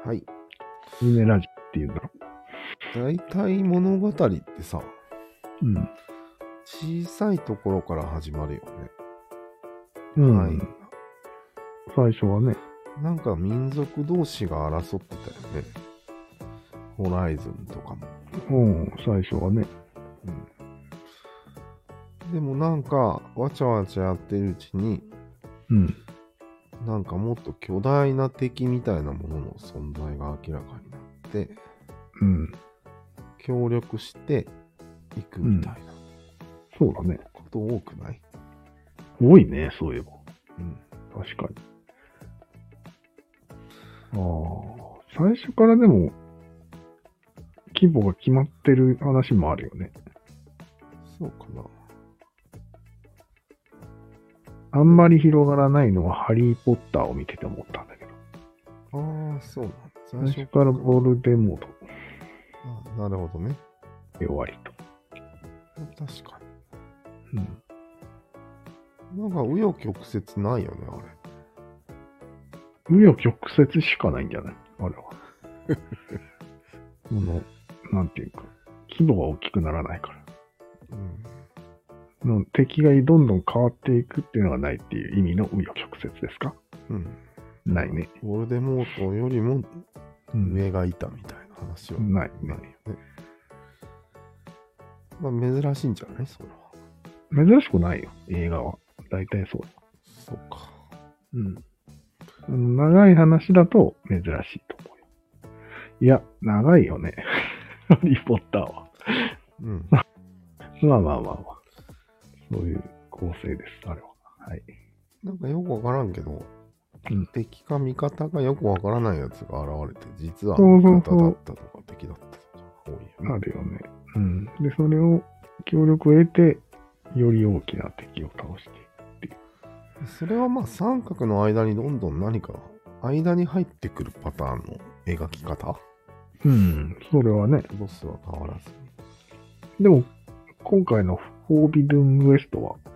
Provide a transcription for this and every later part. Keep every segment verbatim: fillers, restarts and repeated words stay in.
はい。 夢ラジっていうんだろ。 大体物語ってさ、 うん。 小さいところから始まるよね。 うん。 はい。 最初はね。 なんか民族同士が争ってたよね。ホライズンとかも。 うん、最初はね。 うん。でもなんか、わちゃわちゃやってるうちに、 うん。 なんかもっと巨大な敵みたいなものの存在が明らかになって、 うん。 協力していくみたいな、 そうだね。 こと多くない？ 多いね、そういえば。 うん。 確かに。ああ、最初からでも、規模が決まってる話もあるよね。 そうかな。 あんまり広がらないのはハリー・ポッターを見てて思ったんだけど。 ああ、そうなんだ。 最初からボルデモートあ、なるほどね。 で終わりと。 確かうん。 に。なんか、紆余曲折ないよね、あ紆余曲折しかないんじゃないあれは。その、なんていうか、規模が大きくならないから。 れ。うん。 の敵がどんどん変わっていくっていうのがないっていう意味の紆余曲折ですか？ うん。 ないね。 ボルデモートよりもうん。 上がいたみたいな話はないね。 ないよね。まあ、珍しいんじゃないそれは。 珍しくないよ、映画は。大体そうだ。 そうか。 うん。あの長い話だと珍しいと思うよ。いや、長いよね。ハリー・ポッターは。 うん。 まあまあまあまあ。そういう構成です、あれは。はい。 なんかよくわからんけど、 うん、 敵か味方がよくわからないやつが現れて、実はそうそう味そう方だったとか敵だったとか多いよね。 あるよね。うん。で、それを協力を得て、より大きな敵を倒してっていう。 それはまあ三角の間にどんどん何か間に入ってくるパターンの描き方？ うん、それはね。 ボスは変わらずに。 でも、今回のフォービドゥンウエストは、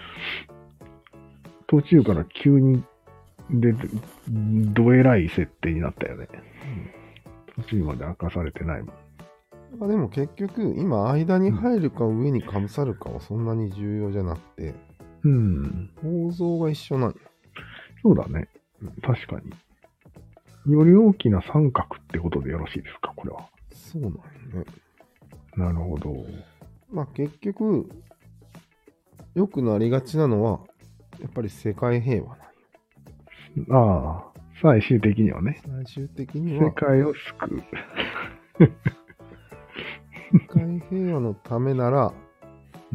途中から急にで、どえらい設定になったよね。途中まで明かされてないもん。 まあ、でも結局、今間に入るか上にかぶさるかはそんなに重要じゃなくて、 うん。 構造が一緒なんよ。 そうだね。確かに。より大きな三角ってことでよろしいですか、これは。 そうなんよね。 なるほど。 まあ結局、良くなりがちなのは、やっぱり世界平和なんよ。 ああ、最終的にはね。 最終的には、 世界を救う。 世界平和のためなら、 うん。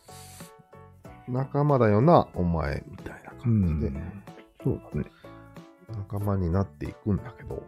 仲間だよな、お前、みたいな感じで、 うんそうだね。 仲間になっていくんだけど、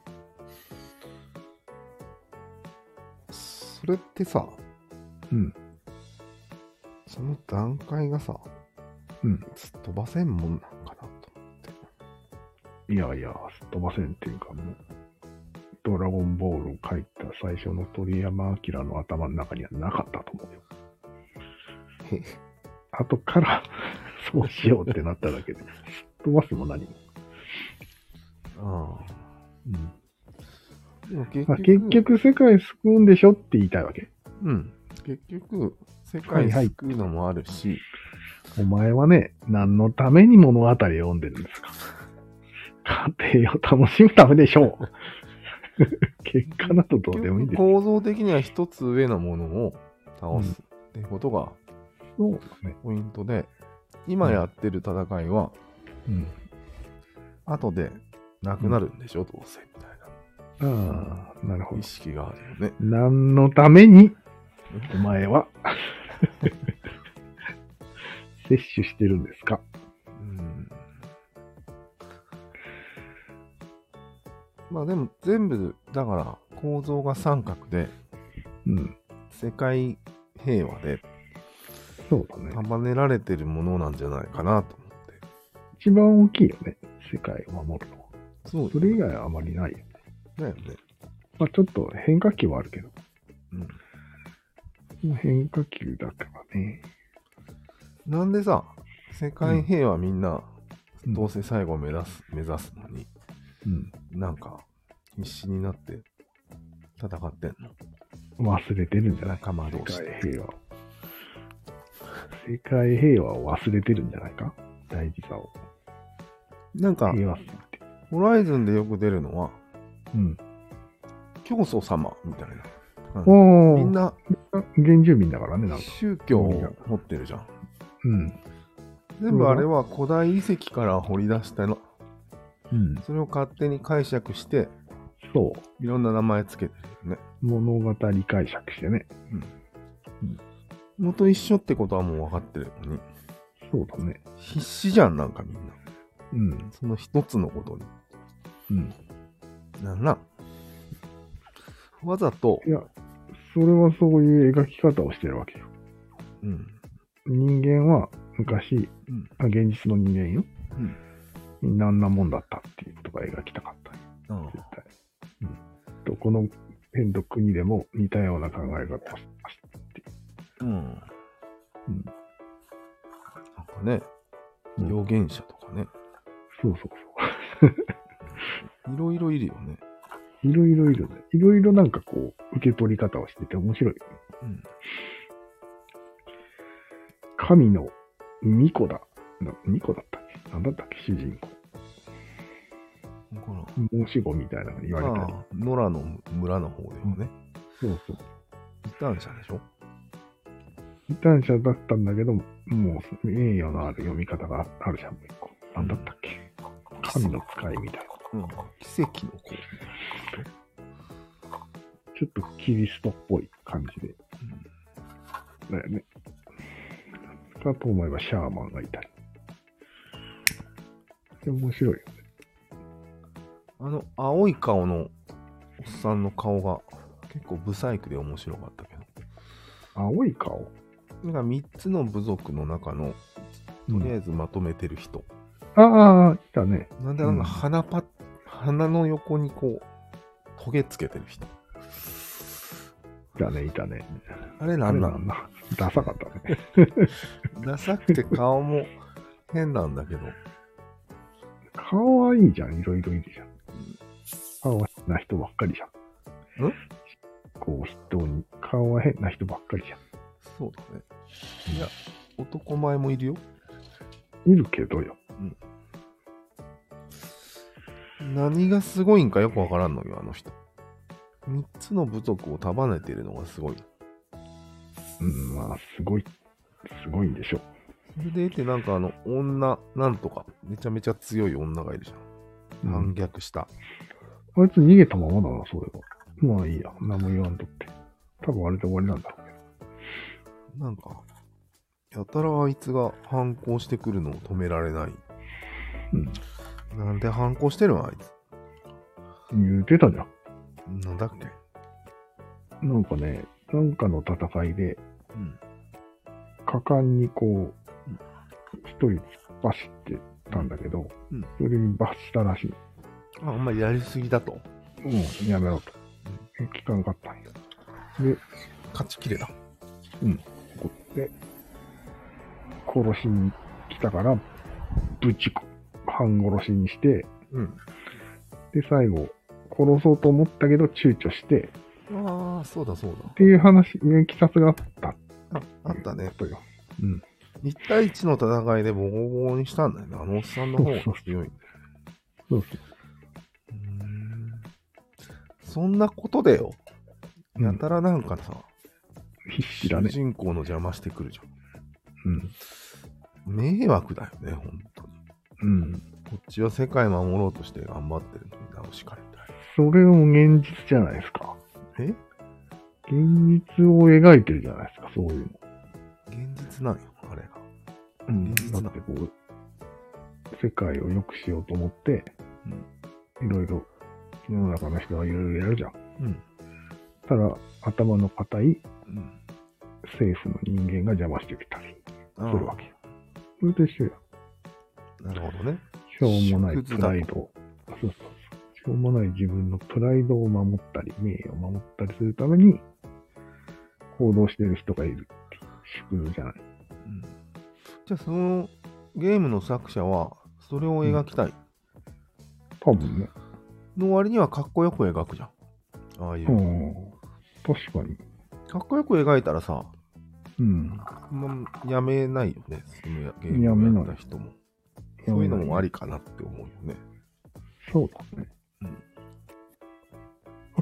それってさ、 うん。 その段階がさ、 うん。 すっ飛ばせんもんなんかなと思って。 いやいや、すっ飛ばせんっていうかもう、ドラゴンボールを書いた最初の鳥山明の頭の中にはなかったと思うよ。 へ後からそうしようってなっただけで、すっ飛ばすも何も。 ああ。 うん。 でも結まあ、 局、 結局世界救うんでしょって言いたいわけ。 うん。結局、世界救うのもあるし、 お前はね、何のために物語を読んでるんですか？家庭を楽しむためでしょう。結果だとどうでもいいんですよ。 構造的には一つ上のものを倒すっていうことがそうだね。 ポイントで、今やってる戦いは、 うん。 後でなくなるんでしょ、どうせ、みたいああ、なるほど。 な意識があるよね。 何のために、お前は、摂取してるんですか？ うん。まあでも全部、だから構造が三角で、 うん。 世界平和でそうだね。 束ねられてるものなんじゃないかなと思って。 一番大きいよね。世界を守るのは。 そうそれ以外はあまりないよね。 だよね。 まあちょっと変化球はあるけど。 うん。 変化球だからね。 なんでさ、世界平和みんな、 うんどうせ最後目指す、目指すのに、 うん。 なんか、 必死になって戦ってんの？ 忘れてるんじゃない？ 仲間同士世界平和。世界平和を忘れてるんじゃないか？大事さを。 なんか、 平和すぎて。 ホライズンでよく出るのは、 うん。 教祖様みたいな。 おー。 みんな、 原住民だからね、なんか。 宗教を持ってるじゃん。 うん。 全部あれは古代遺跡から掘り出したの。 うん。 それを勝手に解釈して、 そいろんな名前つけてるよね。 う。物語解釈してね。 うん。元一緒ってことはもう分かってるのに。 そうだね。 必死じゃん、なんかみんな。 うん。 その一つのことに。 うん。 なんな。わざと、 いや、それはそういう描き方をしてるわけよ。 うん。 人間は昔、 うん、 あ現実の人間よ。 うん。 みんなあんなもんだったっていうとか描きたかったよ。 ああ絶対。うん。どこの辺の国でも似たような考え方をしてましたっていう。 うん。 うん。 なんかね、預言者とかね。 そうそうそう。 いろいろいるよね。 いろいろいるね。いろいろなんかこう、受け取り方をしてて面白いよね。 うん。 神の巫女だ。な巫女だったっけ？なんだったっけ主人公。 この申し子みたいなのに言われたり。 ああ、野良の村の方でもね。 そうそう。 異端者でしょ？ 異端者だったんだけど、もう名誉のある読み方があるじゃん、もう一個。なんだったっけ？神の使いみたいな。 うん。奇跡の子。 ちょっとキリストっぽい感じで。 うん、 だよね。かと思えばシャーマンがいたり。面白いよね。 あの、青い顔のおっさんの顔が結構ブサイクで面白かったけど。 青い顔？ なんかみっつの部族の中の、とりあえずまとめてる人。 うん、ああ、いたね。 なんでなんか鼻パッ、うん、鼻の横にこう、トゲつけてる人。 いたね、いたね。 あれなんなんだダサかったね。 ダサくて顔も変なんだけど。 顔はいいじゃん、いろいろいるじゃん。顔は変な人ばっかりじゃん。 んこう人に、顔は変な人ばっかりじゃん。 そうだね。いや、男前もいるよ。 いるけどよ。 うん。何がすごいんかよくわからんのよ、あの人。三つの部族を束ねてるのがすごい。 うん、まあ、すごい、すごいんでしょう。 それでいて、なんかあの、女、なんとか、めちゃめちゃ強い女がいるじゃん。反逆した。 あいつ逃げたままだな、そういえば。まあいいや、何も言わんとって。多分あれで終わりなんだろうけど。なんか、やたらあいつが反抗してくるのを止められない。うん。なんで反抗してるのあいつ。 言ってたじゃん。なんだっけ？ なんかね、なんかの戦いで、うん、果敢にこう、一人突っ走ってたんだけど、うん、それに罰したらしい。 あ、あんまりやりすぎだと。 うん、やめろと。うん、聞かんかったんよ。で、 勝ちきれた。 うん。で、殺しに来たから、ぶち半殺しにして、うん、で、最後、殺そうと思ったけど躊躇して、 ああ、そうだそうだ。 っていう話、いきさつがあった。 あ、あったね。 とよ。うん。 一対一の戦いでボコボコにしたんだよね。あのおっさんの方が強いんだよ。 そうそう。 うーん。そんなことでよ。やたらなんかさ、 必死だね。 主人公の邪魔してくるじゃん。 うん。迷惑だよね、本当に。 うん。 こっちは世界守ろうとして頑張ってるのに直しかれたい。 それも現実じゃないですか。 え？ 現実を描いてるじゃないですか、そういうの。 現実なんよ、あれが。 うん。だってこう、世界を良くしようと思って、うん、いろいろ、世の中の人はいろいろやるじゃん。うん。ただ、頭の固い、うん、政府の人間が邪魔してきたりするわけよ。それと一緒よ。 なるほどね。 しょうもないプライド。そうそうそう。しょうもない自分のプライドを守ったり、名誉を守ったりするために、行動している人がいるっていう仕組みじゃない。 うん、じゃあそのゲームの作者はそれを描きたい、うん、 多分ね。 の割にはかっこよく描くじゃん。ああいう。 うん。確かに。 かっこよく描いたらさ、 うん。 まあ、やめないよね。そのゲーやめないムをやった人も。そういうのもありかなって思うよね。 そうだね。うん。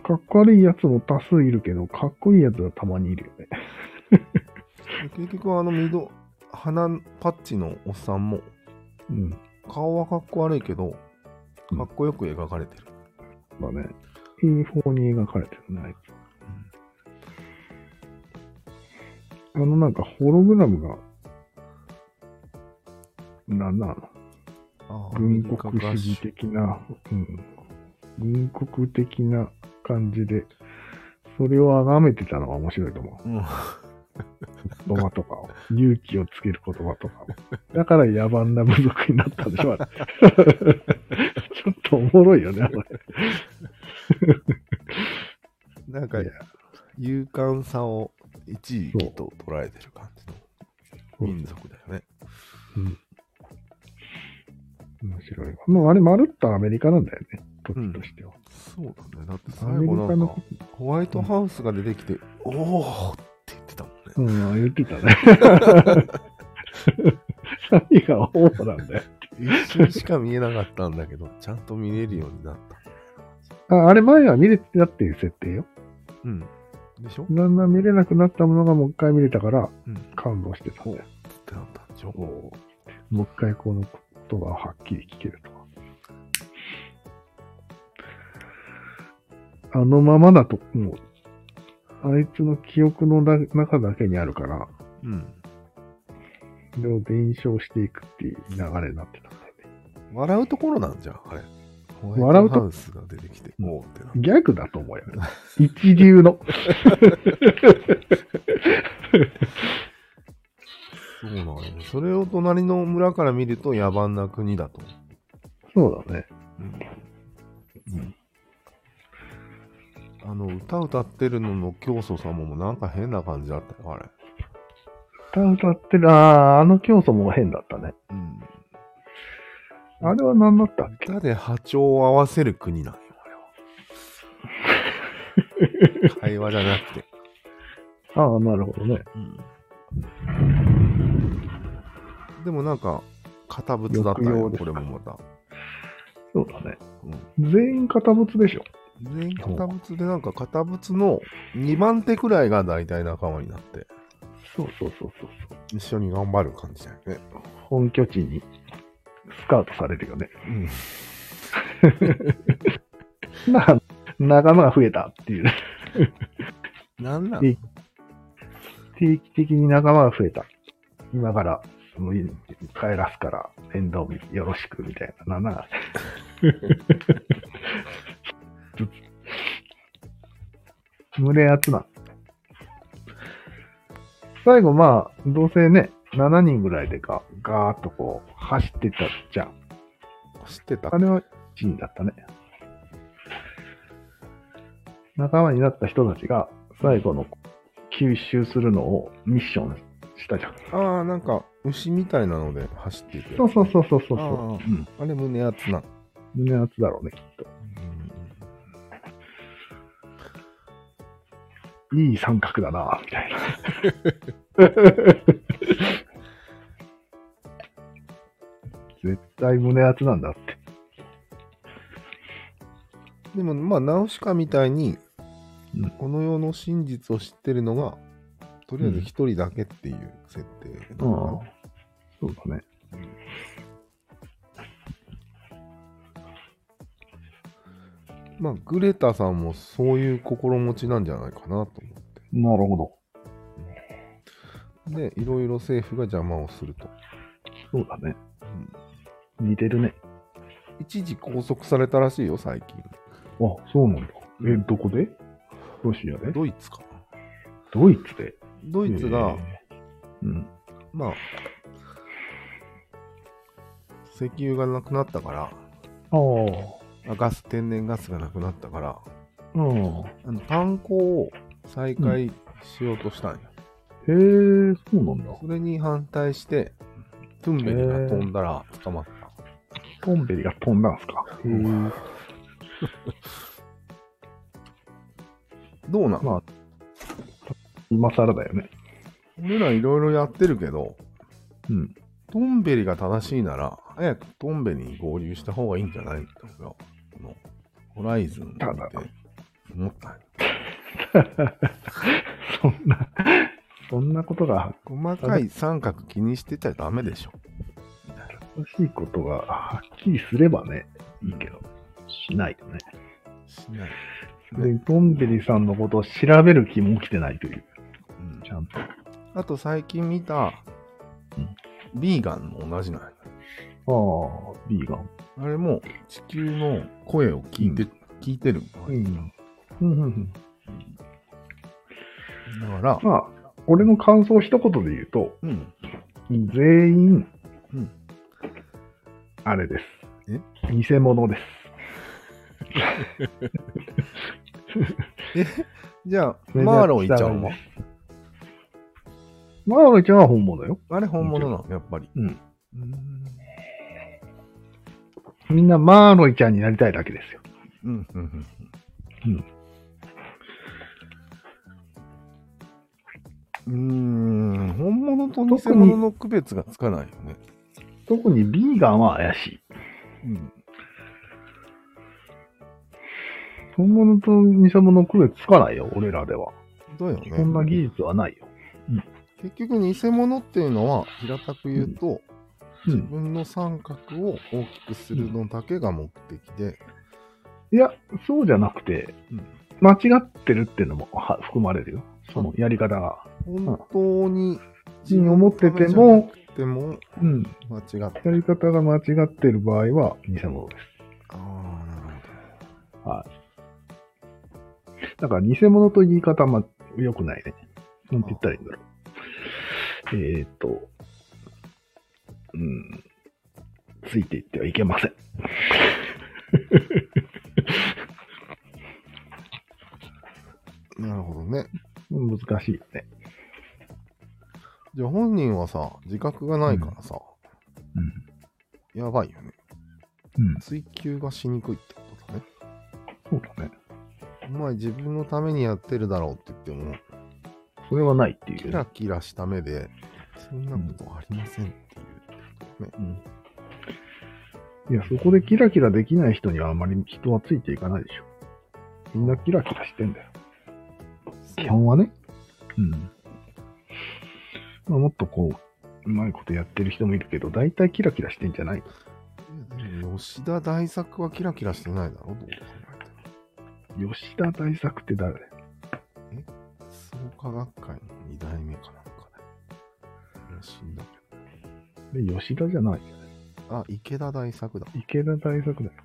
かっこ悪いやつも多数いるけど、かっこいいやつはたまにいるよね。 結局あの緑、鼻パッチのおっさんも、 うん、 顔はかっこ悪いけど、かっこよく描かれてる。 うん、だね。いい方に描かれてるね、あいつ。うん、あのなんかホログラムが、なんなの軍国主義的な、うん、軍国的な感じで、それを崇めてたのが面白いと思う。うん、言葉とかを、勇気をつける言葉とかを。だから野蛮な部族になったんでしょ、あれ。ちょっとおもろいよね、あれ。 なんか、勇敢さを一時と捉えてる感じの民族だよね。 うん。面白いわ。もうあれ、まるっとアメリカなんだよね、時としては。 うん、そうだね。だって最後なんか、ホワイトハウスが出てきて、うん、おーって言ってたもんね。 うん、言ってたね。何がオーなんだよ。 一瞬しか見えなかったんだけど、ちゃんと見れるようになった。 あ、あれ前は見れてたっていう設定よ。 うん。でしょ？ だんだん見れなくなったものがもう一回見れたから、うん、感動してたんだよ。 ってなったんでしょ？ もう一回この言葉をはっきり聞けると。あのままだと、もう、あいつの記憶の中だけにあるから、うん。それを伝承していくっていう流れになってたんだよね。 笑うところなんじゃん、あれ。笑うとハウスが出てきて、 もうってな。ギャグだと思うよ。一流の。 そうなんよね。それを隣の村から見ると野蛮な国だと。 そうだね。 うん。うん、あの、歌歌ってるのの教祖様もなんか変な感じだったよ、あれ。 歌歌ってる、ああ、あの教祖も変だったね。うん。あれは何だったっけ？ 歌で波長を合わせる国なんよ、あれは。会話じゃなくて。 ああ、なるほどね。うん、 でもなんか、堅物だったよ、これもまた。 そうだね。うん、全員堅物でしょ。 全員堅物で、なんか堅物のにばん手くらいが大体仲間になって。 そうそうそうそう。 一緒に頑張る感じだよね。 本拠地にスカウトされるよね。うん。な、仲間が増えたっていう。 なんなん？ 定期的に仲間が増えた。今からもう帰らすから面倒見よろしくみたいな。なんなん群れ集ま最後まあ、どうせね、しちにんぐらいでか、ガーッとこう、走ってたじゃん。 走ってた。 あれはシーンだったね。仲間になった人たちが、最後の吸収するのをミッションしたじゃん。 ああ、なんか、牛みたいなので走っていく。 そうそうそうそうそう。あ,、 うん、あれ胸熱な。 胸熱だろうね、きっと。いい三角だな、みたいな。絶対胸熱なんだって。 でも、まあ、ナウシカみたいに、うん、この世の真実を知ってるのが、とりあえず一人だけっていう設定だな、うん。 そうだね。 まあ、グレタさんもそういう心持ちなんじゃないかなと思って。 なるほど。で、いろいろ政府が邪魔をすると。 そうだね。うん、似てるね。 一時拘束されたらしいよ、最近。 あ、そうなんだ。え、どこで？ロシアで？ ドイツかな。 ドイツで？ ドイツが、えー、 うん。 まあ、石油がなくなったから、 ああ。 ガス、天然ガスがなくなったから、 うん、 あの炭鉱を再開しようとしたんや。 うん、へえ、そうなんだ。 それに反対して、トゥンベリが飛んだら捕まった。 トンベリが飛んだんすか。へえ。 どうなの？まあ、 今更だよね。 俺らいろいろやってるけど、 うん。 トンベリが正しいなら、早くトンベリに合流した方がいいんじゃないんだよ。この、ホライズンって思ったよ。 そんな、そんなことが。 細かい三角気にしてちゃダメでしょ。 正しいことがはっきりすればね、いいけど、しないとね。 しない。 で、トンベリさんのことを調べる気も起きてないという。うん、ちゃんと。 あと最近見た、うん、ビーガンも同じなんや。 ああ、ビーガン。 あれも地球の声を聞いて、うん、聞いてる。 うん。うんうんうん。 だから、 まあ、俺の感想一言で言うと、うん、全員、うん、あれです。 え？ 偽物です。 え、じゃあ、マーロイちゃんは？ マーロイちゃんは本物よ。 あれ本物なのやっぱり。 うん。うんみんなマーロイちゃんになりたいだけですよ。 うん、うん、うん。うん。うーん、本物と偽物の区別がつかないよね。 特にビーガンは怪しい。うん。本物と偽物の区別つかないよ、俺らでは。 だよね。 そんな技術はないよ。 うん、結局、偽物っていうのは、平たく言うと、うん、自分の三角を大きくするのだけが目的で。 いや、そうじゃなくて、うん、間違ってるっていうのも含まれるよ。そのやり方が。 本当に自分思ってても、 でも、 うん、 間違って。 やり方が間違ってる場合は偽物です。 ああ、なるほど。はい。だから偽物と言い方は良くないね。なんて言ったらいいんだろう。えーっと、うん、ついていってはいけません。 なるほどね。 難しいよね。 じゃあ本人はさ、自覚がないからさ、うんうん、やばいよね。うん、追求がしにくいってことだね。 そうだね。 お前自分のためにやってるだろうって言っても、 それはないっていう。 キラキラした目で、そんなことありませんっていうね。 うん、いや、そこでキラキラできない人にはあまり人はついていかないでしょ。みんなキラキラしてんだよ。基本はね。うん。まあ、もっとこう、うまいことやってる人もいるけど、大体キラキラしてんじゃない？ 吉田大作はキラキラしてないだろ、どう考えても。吉田大作って誰？ え？創価学会のに代目かなんかね。死んだけど。で、吉田じゃないよね。 あ、池田大作だ。 池田大作だよね。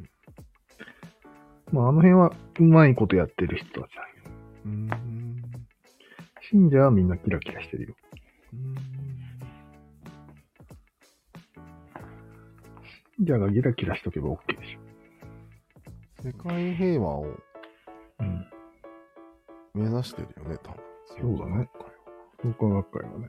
うん、まあ、あの辺はうまいことやってる人たちだよ。うーん。信者はみんなキラキラしてるよ。うーん。信者がキラキラしとけば OK でしょ。世界平和を目指してるよね、多分。 そうだね。創価学会はね。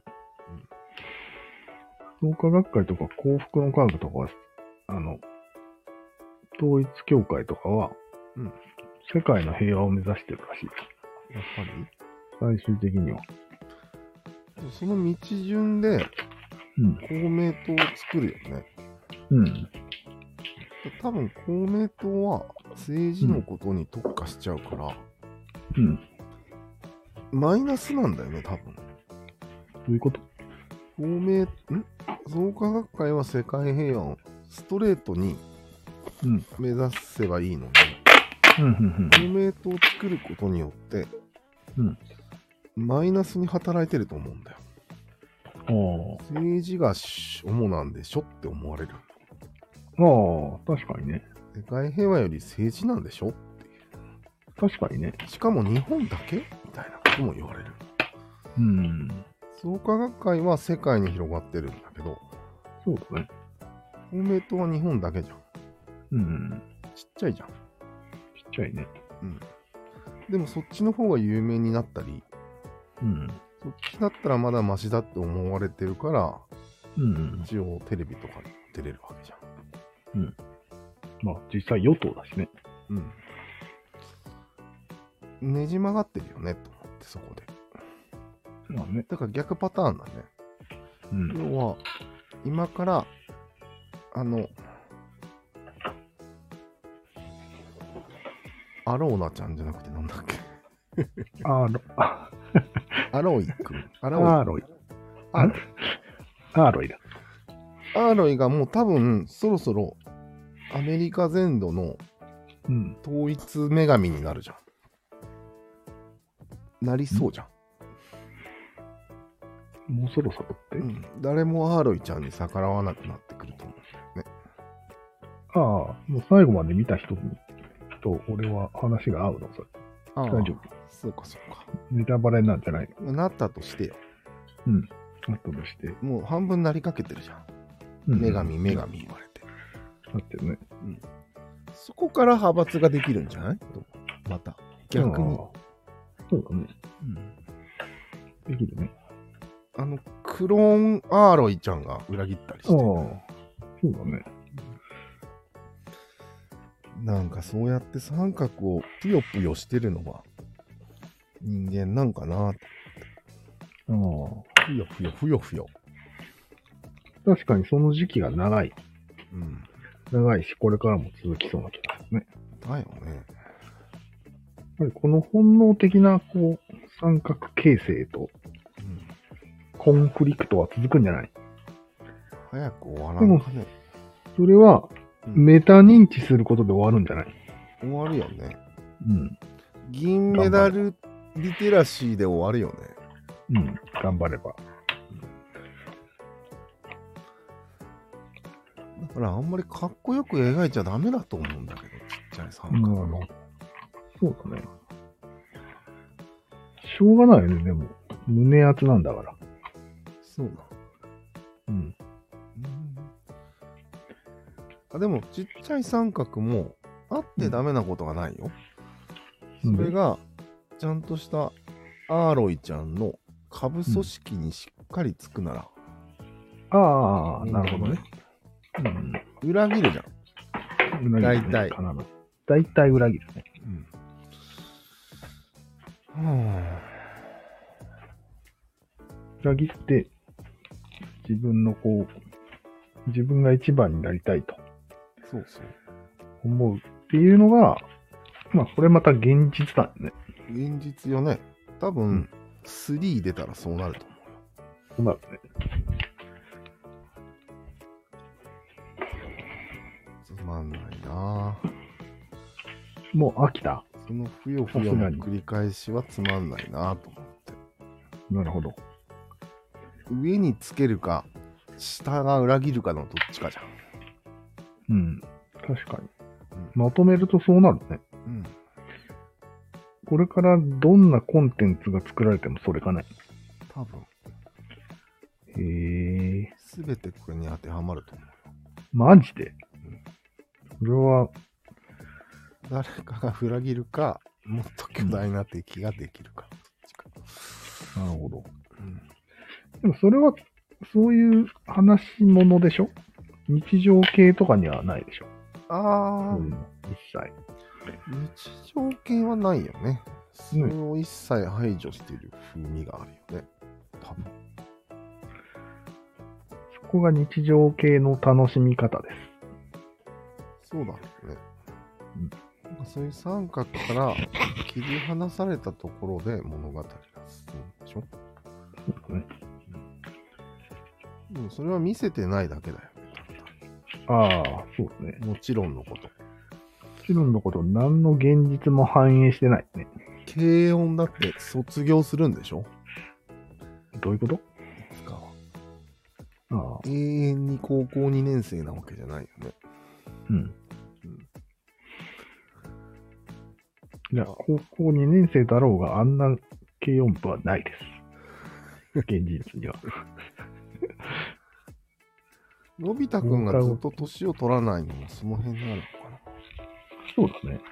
創価学会とか幸福の科学とかは、あの、統一教会とかは、うん、世界の平和を目指してるらしいです。 やっぱり最終的には。 その道順で、公明党を作るよね。うん。多分公明党は政治のことに特化しちゃうから、うん。マイナスなんだよね、多分。 どういうこと？ 公明、ん？創価学会は世界平和をストレートに目指せばいいのに、うん、公明党を作ることによって、うん、マイナスに働いてると思うんだよ。政治が主なんでしょって思われる。 ああ、確かにね。 世界平和より政治なんでしょっていう。 確かにね。 しかも日本だけみたいなことも言われる。うん。創価学会は世界に広がってるんだけど。 そうだね。 公明党は日本だけじゃん。うん。ちっちゃいじゃん。ちっちゃいね。 うん。でもそっちの方が有名になったり、うん。そっちだったらまだマシだって思われてるから、うん。一応テレビとかに出れるわけじゃん。 うん。まあ実際与党だしね。 うん。ねじ曲がってるよね、と思って、そこで。 まあね。 だから逆パターンだね。うん。要は、今から、あの、アローナちゃんじゃなくてなんだっけアロ、 アロイくん。 アロイ。アロイ。アロイだ。 アーロイがもう多分そろそろアメリカ全土の統一女神になるじゃん。なりそうじゃん。もうそろそろって、うん、 誰もアーロイちゃんに逆らわなくなってくると思うんだよね。 ああ、もう最後まで見た人と俺は話が合うの、それ。 ああ、大丈夫。そうかそうか。 ネタバレなんじゃないの？なったとしてよ。 うん。なったとして。 もう半分なりかけてるじゃん。うん、女神、女神言われて。 なってるね。 うん。そこから派閥ができるんじゃないと。また。逆に。 そうだね。うん。できるね。 あの、クローンアーロイちゃんが裏切ったりして。ああ。 そうだね。 なんかそうやって三角をぷよぷよしてるのは人間なんかなって。 ああ。 ふよふよふよふよ。 確かにその時期が長い。うん。長いし、これからも続きそうな気がするね。 だよね。 やっぱりこの本能的な、こう、三角形成と、コンフリクトは続くんじゃない？ 早く終わらんかね。 それは、メタ認知することで終わるんじゃない？ 終わるよね。 うん。 銀メダルリテラシーで終わるよね。 うん。頑張れば。 だからあんまりかっこよく描いちゃダメだと思うんだけど、ちっちゃい三角の。 そうだね。しょうがないよね、でも。胸厚なんだから。 そうな。 うん。 あ、でもちっちゃい三角もあってダメなことがないよ。うん、それがちゃんとしたアーロイちゃんの下部組織にしっかりつくなら。 うん、ああ、なるほどね。 うん、裏切るじゃん。裏切る、ね。大体。 大体裏切るね。 うん。はあ、裏切って、自分のこう、自分が一番になりたいと。 そうそう。 思うっていうのが、まあ、これまた現実だよね。 現実よね。多分、うん、スリー出たらそうなると思うよ。 そうなるね。 つまんないなぁ。 もう飽きた？ そのふよふよの繰り返しはつまんないなぁと思って。 なるほど。 上につけるか、下が裏切るかのどっちかじゃん。 うん。確かに。うん、まとめるとそうなるね。 うん。 これからどんなコンテンツが作られてもそれかね。 多分。 へえ。 すべてこれに当てはまると思うよ。 マジで？うん、それは、 誰かが裏切るか、もっと巨大な敵ができるか。 うん、なるほど。うん、でもそれは、そういう話ものでしょ？日常系とかにはないでしょ？ ああ、 うん、一切。 日常系はないよね。それを一切排除している風味があるよね。多分。 そこが日常系の楽しみ方です。 そうだね。うん、なんかそういう三角から切り離されたところで物語が進むでしょ？ そうだね。 でもそれは見せてないだけだよね。 ああ、そうですね。 もちろんのこと。もちろんのこと、何の現実も反映してないね。 軽音だって卒業するんでしょ？ どういうこと？いつかは。 ああ。 永遠に高校にねん生なわけじゃないよね。 うん。うん、いや、高校にねん生だろうがあんな軽音部はないです。現実には。 のび太くんがずっと年を取らないのもその辺にあるのかな。 そうだね。うん、やっ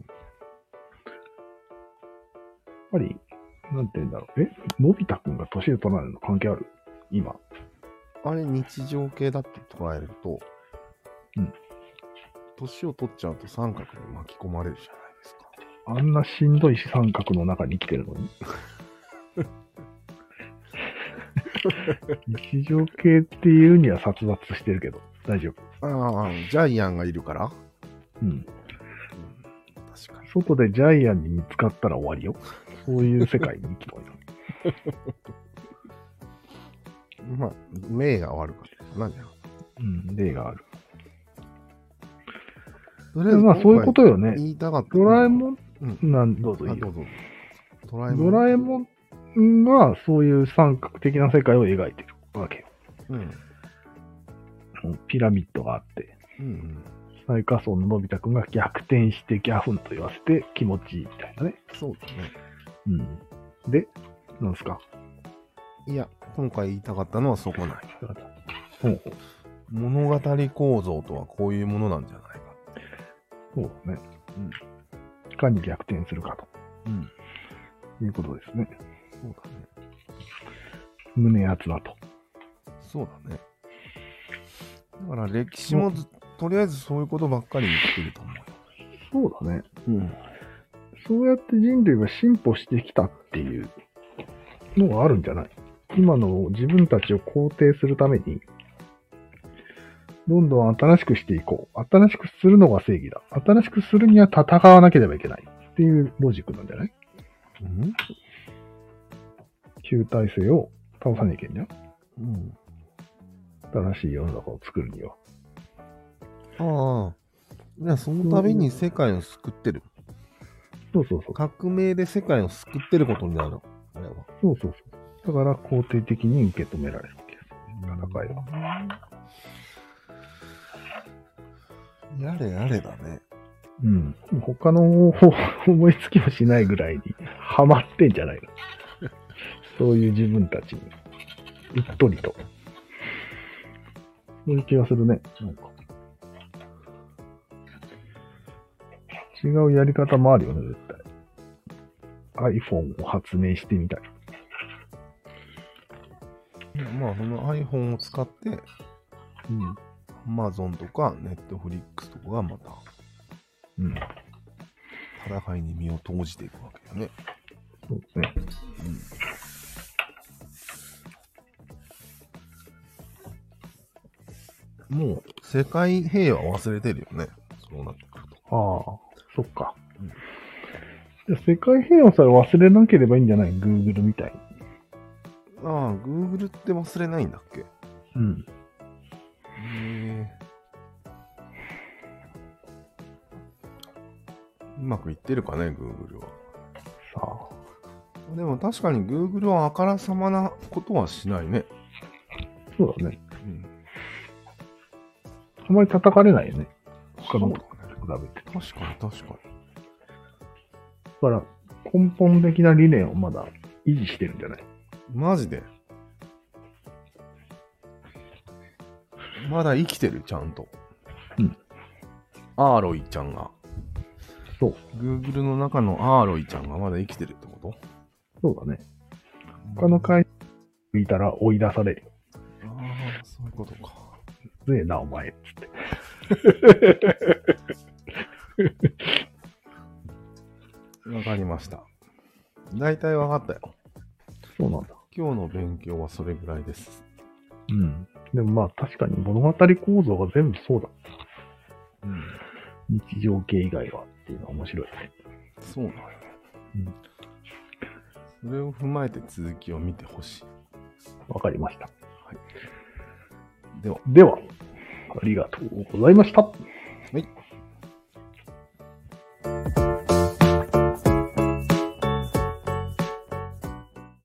ぱり、なんて言うんだろう。えのび太くんが年を取らないの関係ある？今。 あれ日常系だって捉えると、 うん。 年を取っちゃうと三角に巻き込まれるじゃないですか。 あんなしんどい三角の中に生きてるのに。日常系っていうには殺伐してるけど、大丈夫。 ああ、ジャイアンがいるから。 うん。うん、確かに。外でジャイアンに見つかったら終わりよ。そういう世界に生きとるよ。 まあ、命が悪かったな、じゃあ。 うん、例がある。まあ、そういうことよね。 言いたかった。 ドラえもん、うん、なん、どうぞいいよ。 どうぞ。 ドラえもん。ドラえもんがそういう三角的な世界を描いてるわけよ。うん。ピラミッドがあって、うんうん、最下層ののび太くんが逆転してギャフンと言わせて気持ちいいみたいなね。 そうだね。 うん。で、なんですか？ いや、今回言いたかったのはそこない。ほうほう。物語構造とはこういうものなんじゃないか。 そうだね。うん。いかに逆転するかと。うん。いうことですね。 そうだね。 胸熱だと。 そうだね。だから歴史もずとりあえずそういうことばっかり言ってると思うよ。 そうだね。うん。そうやって人類が進歩してきたっていうのがあるんじゃない？今の自分たちを肯定するために、どんどん新しくしていこう。新しくするのが正義だ。新しくするには戦わなければいけないっていうロジックなんじゃない？うん。旧体制を倒さなきゃいけんじゃん。うん。新しい世の中を作るには。 ああ。じゃあそのために世界を救ってる。 そうそうそう。 革命で世界を救ってることになるの。あれは。 そうそうそう。だから肯定的に受け止められるわけです。戦いは。 やれやれだね。 うん。他の思いつきもしないぐらいにハマってんじゃないの。そういう自分たちに。うっとりと。そういう気がするね。なんか。違うやり方もあるよね、絶対。iPhone を発明してみたい。 まあ、その iPhone を使って、うん。Amazon とか Netflix とかがまた、うん。戦いに身を投じていくわけだね。 そうですね。 うん。もう、世界平和忘れてるよね。そうなってくると。 ああ、そっか。うん、じゃ世界平和さえ忘れなければいいんじゃない？ Google みたいに。 ああ、Google って忘れないんだっけ？うん。へえ。うまくいってるかね、Google は。さあ。でも確かに Google はあからさまなことはしないね。 そうだね。うん。あまり叩かれないよね。他のところに比べて。 確かに確かに。 だから根本的な理念をまだ維持してるんじゃない？ マジで？まだ生きてる、ちゃんと。うん。アーロイちゃんが。 そう。 Google の中のアーロイちゃんがまだ生きてるってこと？ そうだね。他の会社にいたら追い出されるよ。 ああ、そういうことか。 ねえな、お前。つって。 わかりました。大体わかったよ。 そうなんだ。 今日の勉強はそれぐらいです。 うん。でもまあ確かに物語構造が全部そうだ。うん。日常系以外はっていうのは面白いね。 そうなのよ。うん。それを踏まえて続きを見てほしい。 わかりました。 はい。では。 では、ありがとうございました。